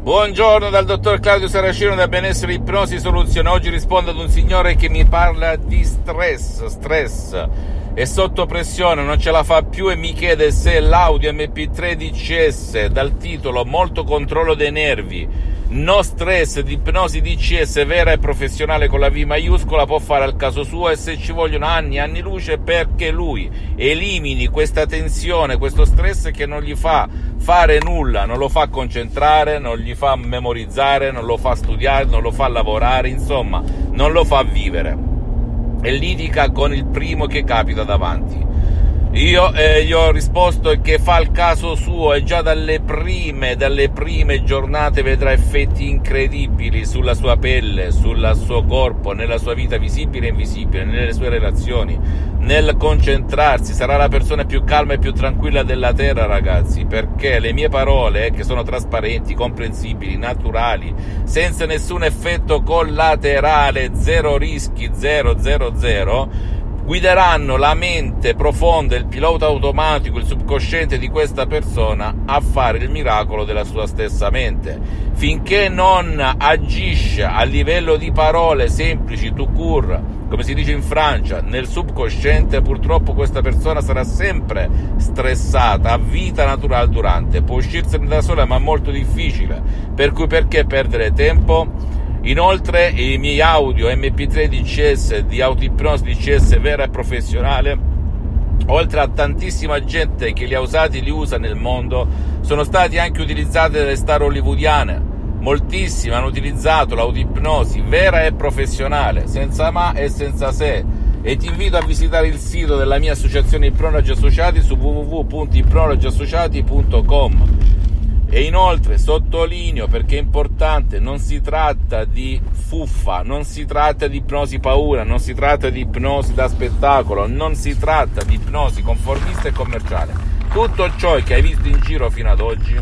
Buongiorno dal dottor Claudio Saracino da Benessere Ipnosi Soluzione. Oggi rispondo ad un signore che mi parla di stress. È sotto pressione, non ce la fa più e mi chiede se l'audio MP3 DCS dal titolo Molto controllo dei nervi, no stress di ipnosi DCS vera e professionale con la V maiuscola può fare al caso suo e se ci vogliono anni luce perché lui elimini questa tensione, questo stress che non gli fa fare nulla, non lo fa concentrare, non gli fa memorizzare, non lo fa studiare, non lo fa lavorare, insomma, non lo fa vivere. E litiga con il primo che capita davanti. Io gli ho risposto che fa il caso suo e già dalle prime giornate vedrà effetti incredibili sulla sua pelle, sul suo corpo, nella sua vita visibile e invisibile, nelle sue relazioni, nel concentrarsi. Sarà la persona più calma e più tranquilla della terra, ragazzi, perché le mie parole, che sono trasparenti, comprensibili, naturali, senza nessun effetto collaterale, zero rischi, 000, guideranno la mente profonda, il pilota automatico, il subconsciente di questa persona a fare il miracolo della sua stessa mente. Finché non agisce a livello di parole semplici, tout court, come si dice in Francia, nel subconsciente, purtroppo questa persona sarà sempre stressata a vita naturale durante. Può uscirsene da sola, ma è molto difficile. Per cui perché perdere tempo? Inoltre i miei audio MP3 DCS di autoipnosi DCS vera e professionale, oltre a tantissima gente che li ha usati, li usa nel mondo, sono stati anche utilizzati dalle star hollywoodiane. Moltissimi hanno utilizzato l'autoipnosi vera e professionale, senza ma e senza se. E ti invito a visitare il sito della mia associazione Ipnologi Associati su www.ipnologiassociati.com. E inoltre sottolineo, perché è importante, non si tratta di fuffa, non si tratta di ipnosi paura, non si tratta di ipnosi da spettacolo, non si tratta di ipnosi conformista e commerciale. Tutto ciò che hai visto in giro fino ad oggi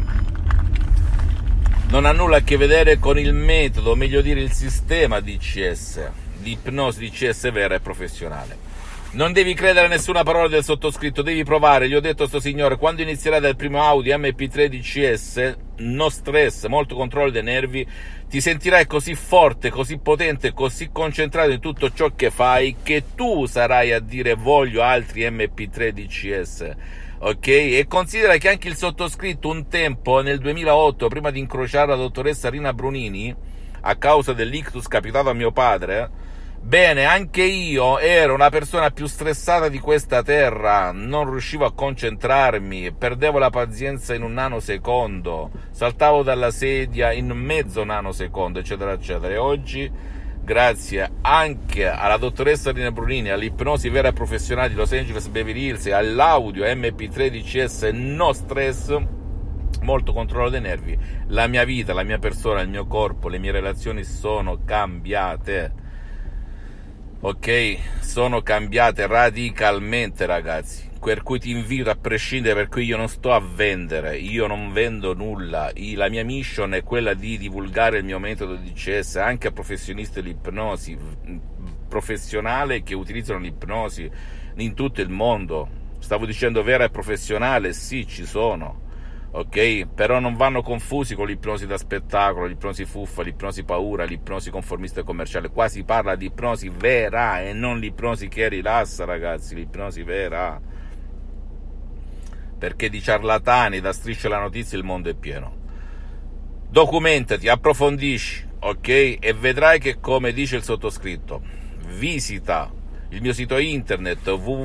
non ha nulla a che vedere con il metodo, o meglio dire il sistema DCS, di ipnosi DCS vera e professionale. Non devi credere a nessuna parola del sottoscritto, devi provare. Gli ho detto a sto signore, quando inizierai dal primo audio MP3 DCS, no stress, molto controllo dei nervi, ti sentirai così forte, così potente, così concentrato in tutto ciò che fai, che tu sarai a dire voglio altri MP3 DCS, ok? E considera che anche il sottoscritto un tempo, nel 2008, prima di incrociare la dottoressa Rina Brunini, a causa dell'ictus capitato a mio padre, bene, anche io ero una persona più stressata di questa terra, non riuscivo a concentrarmi, perdevo la pazienza in un nanosecondo, saltavo dalla sedia in mezzo nanosecondo, eccetera, eccetera. E oggi, grazie anche alla dottoressa Rina Brunini, all'ipnosi vera e professionale di Los Angeles Beverly Hills e all'audio MP3 DCS no stress, molto controllo dei nervi, la mia vita, la mia persona, il mio corpo, le mie relazioni sono cambiate. Ok, sono cambiate radicalmente, ragazzi, per cui ti invito a prescindere, per cui io non sto a vendere, io non vendo nulla, la mia mission è quella di divulgare il mio metodo DCS anche a professionisti dell'ipnosi professionale che utilizzano l'ipnosi in tutto il mondo. Stavo dicendo vera e professionale, sì, ci sono, ok? Però non vanno confusi con l'ipnosi da spettacolo, l'ipnosi fuffa, l'ipnosi paura, l'ipnosi conformista e commerciale. Qua si parla di ipnosi vera e non l'ipnosi che rilassa, ragazzi, l'ipnosi vera, perché di ciarlatani da Striscia la Notizia il mondo è pieno. Documentati, approfondisci, ok? E vedrai che, come dice il sottoscritto, visita il mio sito internet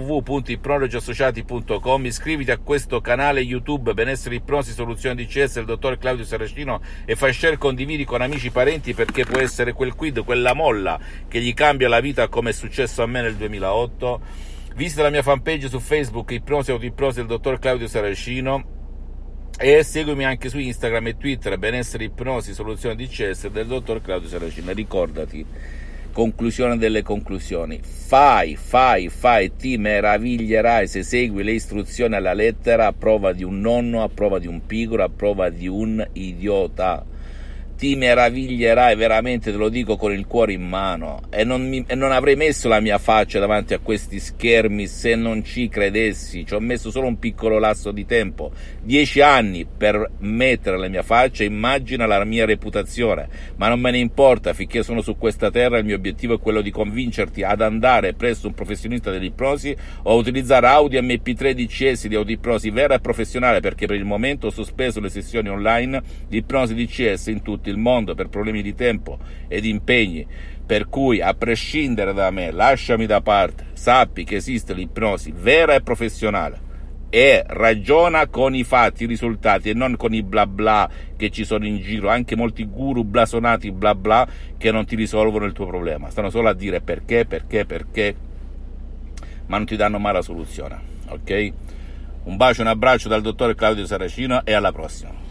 www.ipnologiassociati.com, iscriviti a questo canale YouTube Benessere Ipnosi Soluzione DCS del dottor Claudio Saracino e fai share, condividi con amici, parenti, perché può essere quel quid, quella molla che gli cambia la vita, come è successo a me nel 2008. Visita la mia fanpage su Facebook Ipnosi Autoipnosi del dottor Claudio Saracino e seguimi anche su Instagram e Twitter Benessere Ipnosi Soluzione DCS del dottor Claudio Saracino. Ricordati, conclusione delle conclusioni, fai, ti meraviglierai se segui le istruzioni alla lettera, a prova di un nonno, a prova di un pigro, a prova di un idiota. ti meraviglierai veramente, te lo dico con il cuore in mano, e non avrei messo la mia faccia davanti a questi schermi se non ci credessi. Ci ho messo solo un piccolo lasso di tempo, 10 anni per mettere la mia faccia. Immagina la mia reputazione, ma non me ne importa, finché sono su questa terra il mio obiettivo è quello di convincerti ad andare presso un professionista dell'ipnosi o a utilizzare Audio MP3 DCS di autoipnosi vera e professionale, perché per il momento ho sospeso le sessioni online di ipnosi DCS in tutto il mondo per problemi di tempo e di impegni, per cui a prescindere da me lasciami da parte, sappi che esiste l'ipnosi vera e professionale e ragiona con i fatti, i risultati, e non con i bla bla che ci sono in giro, anche molti guru blasonati bla bla che non ti risolvono il tuo problema, stanno solo a dire perché, ma non ti danno mai la soluzione, ok? Un bacio e un abbraccio dal dottor Claudio Saracino e alla prossima.